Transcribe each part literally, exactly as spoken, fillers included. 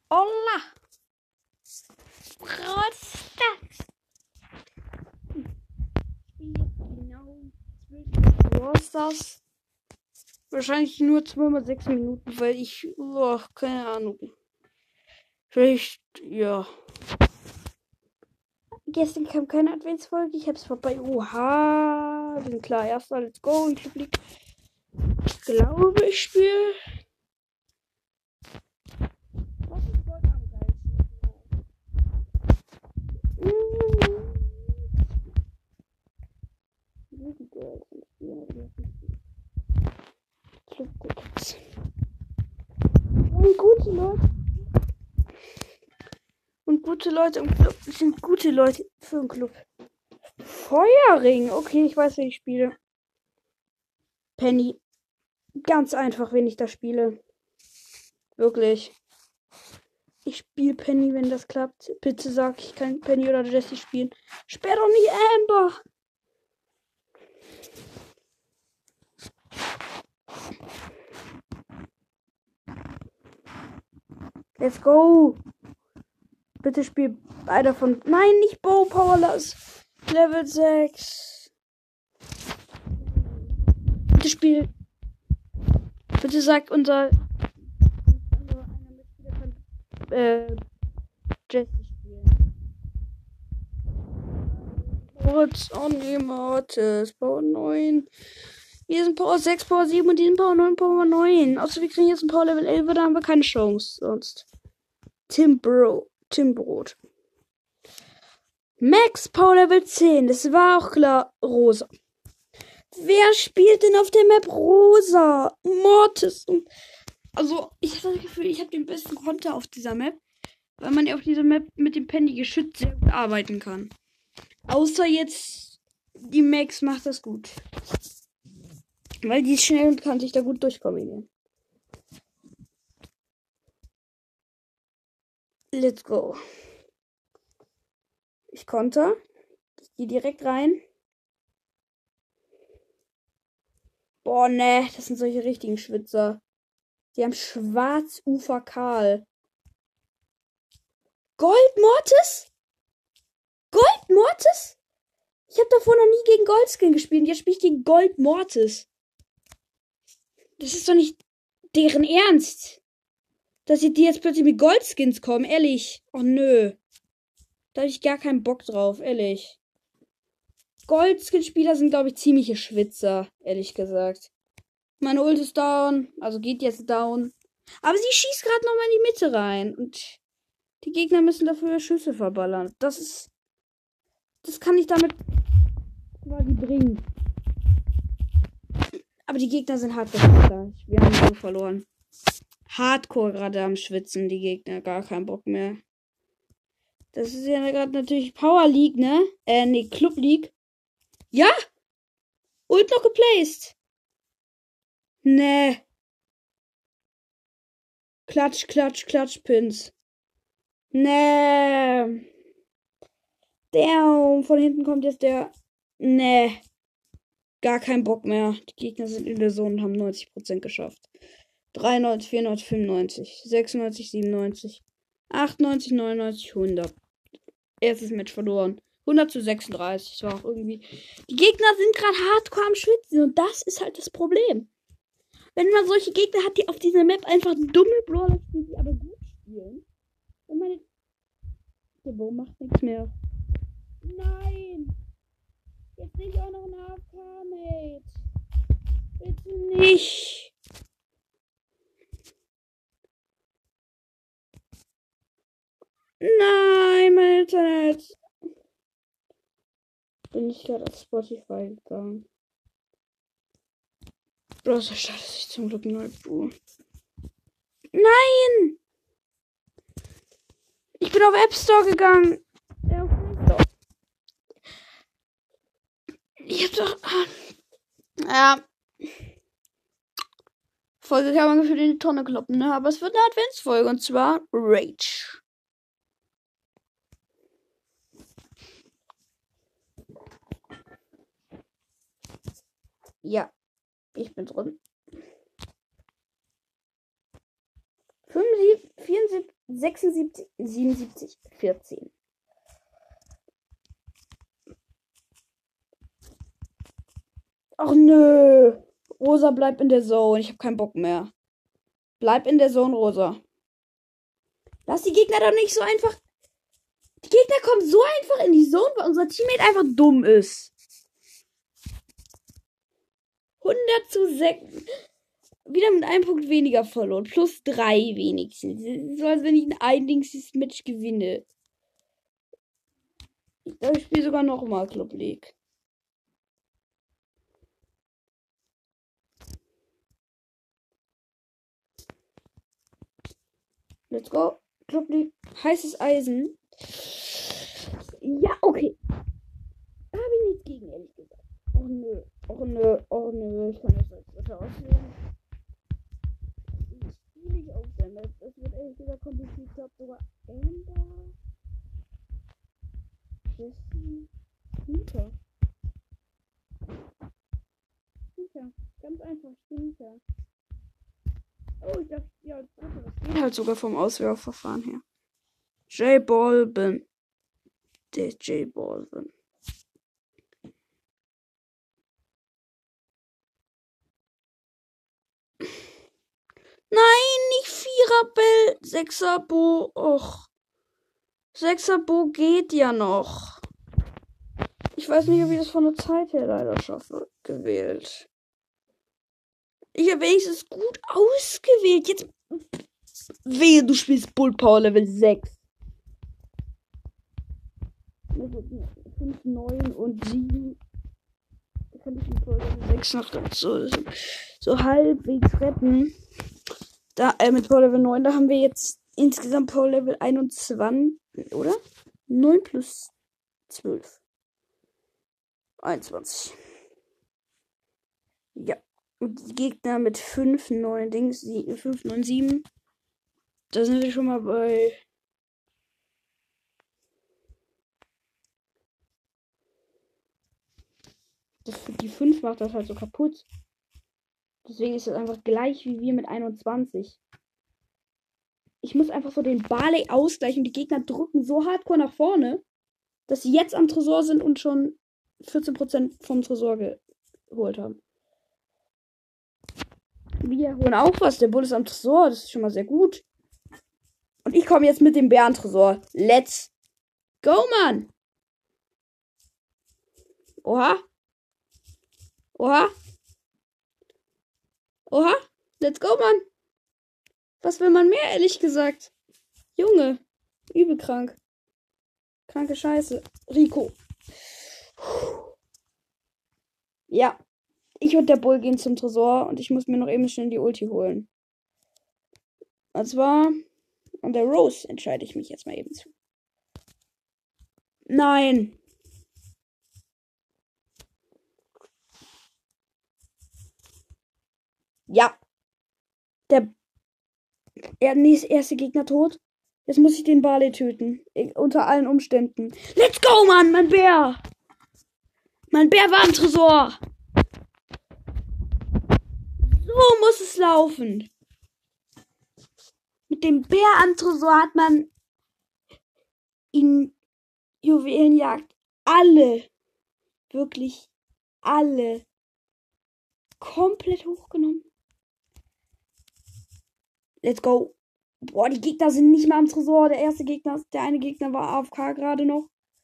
Hola! Prost! Genau. Was ist das? Wahrscheinlich nur zweihundertsechs Minuten, weil ich. Oh, keine Ahnung. Vielleicht, ja. Gestern kam keine Adventsfolge. Ich hab's vorbei. Oha. Wir sind klar. Erster, let's go. In Club League. Ich glaube, ich spiele. Was ist Gold am geilsten? Und gute Leute. Und gute Leute im Club. Das sind gute Leute für den Club. Feuerring. Okay, ich weiß, wen ich spiele. Penny. Ganz einfach, wenn ich das spiele. Wirklich. Ich spiele Penny, wenn das klappt. Bitte sag, ich kann Penny oder Jessie spielen. Sperr doch nicht Amber. Let's go. Bitte spiel beide von. Nein, nicht Bow Powerless. Level sechs. Bitte spiel. Bitte sag unser. unser einer Mitspieler kann. Äh. Jessie spielen. Moritz, oh nee, Mortis. Power neun. Wir sind Power sechs, Power sieben und die sind Power neun, Power neun. Außer wir kriegen jetzt ein Power Level elf, da haben wir keine Chance. Sonst. Tim Bro. Tim Brot. Max Power Level zehn. Das war auch klar. Rosa. Wer spielt denn auf der Map Rosa? Mortis. Also, ich habe das Gefühl, ich habe den besten Konter auf dieser Map. Weil man ja auf dieser Map mit dem Penny geschützt sehr gut arbeiten kann. Außer jetzt die Max macht das gut. Weil die ist schnell und kann sich da gut durchkombinieren. Let's go. Ich konter. Ich gehe direkt rein. Boah, ne. Das sind solche richtigen Schwitzer. Die haben Schwarzufer Karl. Gold Mortis? Gold Mortis? Ich habe davor noch nie gegen Goldskin gespielt. Jetzt spiele ich gegen Gold Mortis. Das ist doch nicht deren Ernst. Dass die jetzt plötzlich mit Goldskins kommen, ehrlich. Oh nö. Da habe ich gar keinen Bock drauf, ehrlich. Goldskin-Spieler sind, glaube ich, ziemliche Schwitzer, ehrlich gesagt. Meine Ult ist down, also geht jetzt down. Aber sie schießt gerade nochmal in die Mitte rein. Und die Gegner müssen dafür Schüsse verballern. Das ist. Das kann ich damit quasi bringen. Aber die Gegner sind hardcore. Wir haben so verloren. Hardcore gerade am Schwitzen, die Gegner. Gar keinen Bock mehr. Das ist ja gerade natürlich Power League, ne? Äh, nee, Club League. Ja! Ult noch geplaced. Nee. Klatsch, klatsch, klatsch, Pins. Nee. Der von hinten kommt jetzt der. Nee. Gar kein Bock mehr. Die Gegner sind in der Zone und haben neunzig Prozent geschafft. dreiundneunzig, vierundneunzig, fünfundneunzig, sechsundneunzig, siebenundneunzig, achtundneunzig, neunundneunzig, hundert. Erstes Match verloren. hundert zu sechsunddreißig. Das war auch irgendwie. Die Gegner sind gerade hardcore am Schwitzen und das ist halt das Problem. Wenn man solche Gegner hat, die auf dieser Map einfach dumme Brawler spielen, die aber gut spielen. Und meine. Der Bo macht nichts mehr. Nein! Jetzt sehe ich auch noch einen A F K-Mate. Bitte nicht. Nein, mein Internet. Bin ich gerade auf Spotify gegangen. Bloß da startet sich zum Glück ein neues Buch. Nein! Ich bin auf App Store gegangen. Ja, auf Play Store. Ich hab doch. Ja. Folge kann man gefühlt in die Tonne kloppen, ne? Aber es wird eine Adventsfolge und zwar Rage. Ja. Ich bin drin. fünfundsiebzig, vierundsiebzig, sechsundsiebzig, siebenundsiebzig, vierzehn. Ach nö. Rosa, bleib in der Zone. Ich habe keinen Bock mehr. Bleib in der Zone, Rosa. Lass die Gegner doch nicht so einfach. Die Gegner kommen so einfach in die Zone, weil unser Teammate einfach dumm ist. hundert zu sechs. Wieder mit einem Punkt weniger verloren. Plus drei wenigstens. So als wenn ich ein einziges Match gewinne. Ich glaube, ich spiele sogar nochmal Club League. Let's go. Club League. Heißes Eisen. Ja, okay. Habe ich nichts gegen, ehrlich gesagt. Oh nö. Oh nö. Oh nö. Ich kann das als Dritter auswählen. Ich spiele nicht auf der Map. Das wird ehrlich gesagt kompliziert. Ich glaube sogar Amber. Jesse. Hinter. Hinter. Ganz einfach. Hinter. Oh, ich dachte, ja, als Dritter. Das geht halt sogar vom Auswahlverfahren her. J Balvin. Der J Balvin. Nein, nicht Vierer-Bell. Sechser-Bo. Och. Sechser-Bo geht ja noch. Ich weiß nicht, ob ich das von der Zeit her leider schaffe. Gewählt. Ich habe wenigstens gut ausgewählt. Jetzt. Wehe, du spielst Bull Power Level sechs. fünf, neun und sieben. Da kann ich den Power Level sechs noch so, so, so halbwegs retten. Da, äh, mit Power Level neun, da haben wir jetzt insgesamt Power Level einundzwanzig, oder? neun plus zwölf. einundzwanzig. Ja. Und die Gegner mit fünf, neun Dings, fünf, neun, sieben. Da sind wir schon mal bei. Das, die fünf macht das halt so kaputt. Deswegen ist das einfach gleich wie wir mit einundzwanzig. Ich muss einfach so den Barley ausgleichen. Die Gegner drücken so hardcore nach vorne, dass sie jetzt am Tresor sind und schon vierzehn Prozent vom Tresor geholt haben. Wir holen auch was. Der Bull ist am Tresor. Das ist schon mal sehr gut. Und ich komme jetzt mit dem Bärentresor. Let's go, Mann. Oha. Oha. Oha. Let's go, Mann. Was will man mehr, ehrlich gesagt? Junge. Übelkrank. Kranke Scheiße. Rico. Ja. Ich und der Bull gehen zum Tresor und ich muss mir noch eben schnell die Ulti holen. Und zwar an der Rose entscheide ich mich jetzt mal eben zu. Nein. Ja. Der er, nee, ist erste Gegner tot. Jetzt muss ich den Barley töten. Ich, unter allen Umständen. Let's go, Mann, mein Bär. Mein Bär war im Tresor. So muss es laufen. Mit dem Bär am Tresor hat man in Juwelenjagd alle, wirklich alle, komplett hochgenommen. Let's go. Boah, die Gegner sind nicht mehr am Tresor. Der erste Gegner, der eine Gegner war A F K gerade noch.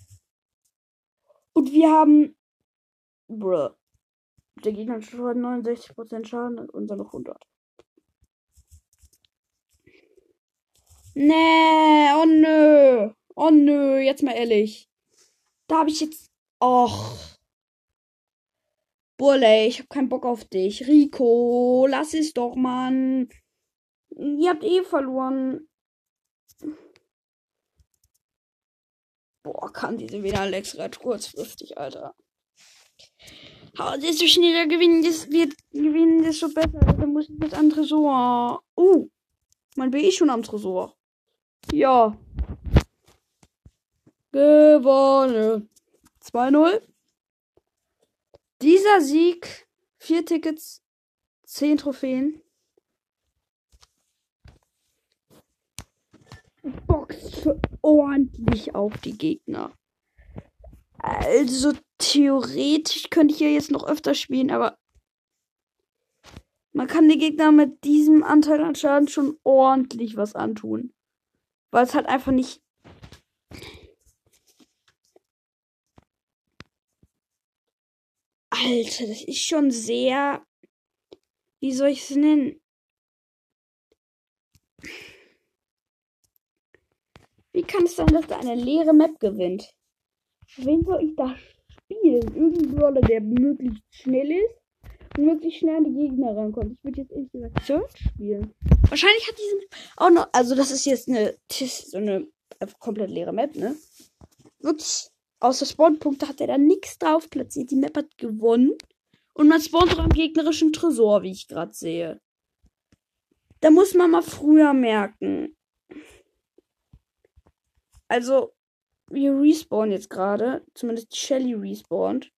Und wir haben, bruh, der Gegner hat schon neunundsechzig Prozent Schaden und unser noch hundert. Nee, oh nö. Oh nö, jetzt mal ehrlich. Da habe ich jetzt, och. Bulle, ich habe keinen Bock auf dich. Rico, lass es doch, Mann. Ihr habt eh verloren. Boah, kann diese wieder Alex red kurzfristig, Alter. Desto schneller gewinnen, das wird gewinnen, desto besser. Dann muss ich jetzt am Tresor. Uh, mein B ist schon am Tresor. Ja. Gewonnen. zwei null. Dieser Sieg. Vier Tickets. Zehn Trophäen. boxt schon ordentlich auf die Gegner. Also theoretisch könnte ich ja jetzt noch öfter spielen, aber man kann den Gegner mit diesem Anteil an Schaden schon ordentlich was antun. Weil es halt einfach nicht... Alter, das ist schon sehr... Wie soll ich es nennen? Wie kann es sein, dass da eine leere Map gewinnt? Wen soll ich da spielen? Irgendein Brawler, der möglichst schnell ist und möglichst schnell an die Gegner rankommt. Ich würde jetzt ehrlich gesagt Search spielen. Wahrscheinlich hat diese Map auch noch... Also das ist jetzt eine... So eine komplett leere Map, ne? Wirklich... Außer Spawnpunkte hat er da nichts drauf platziert. Die Map hat gewonnen. Und man spawnt auch am gegnerischen Tresor, wie ich gerade sehe. Da muss man mal früher merken. Also, wir respawnen jetzt gerade. Zumindest Shelly respawnt.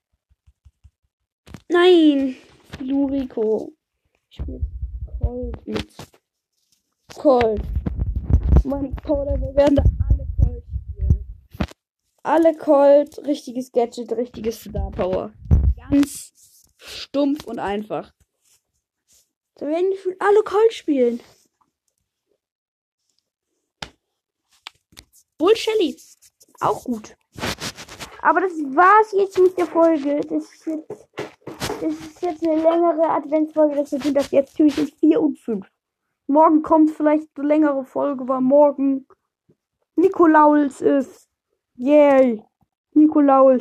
Nein! Luriko. Ich spiele Colt mit. Colt. Meine Colt, wir werden da alle Colt spielen. Alle Colt, richtiges Gadget, richtiges Star Power. Ganz stumpf und einfach. Da werden wir alle Colt spielen. Bull Shelly. Auch gut. Aber das war's jetzt mit der Folge. Das ist jetzt, das ist jetzt eine längere Adventsfolge. Das sind das jetzt zwischen vier und fünf. Morgen kommt vielleicht eine längere Folge, weil morgen Nikolaus ist. Yay. Nikolaus.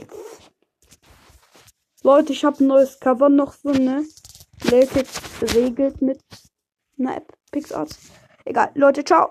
Leute, ich habe ein neues Cover noch so, ne? Latex regelt mit einer App. Pixarts. Egal. Leute, ciao.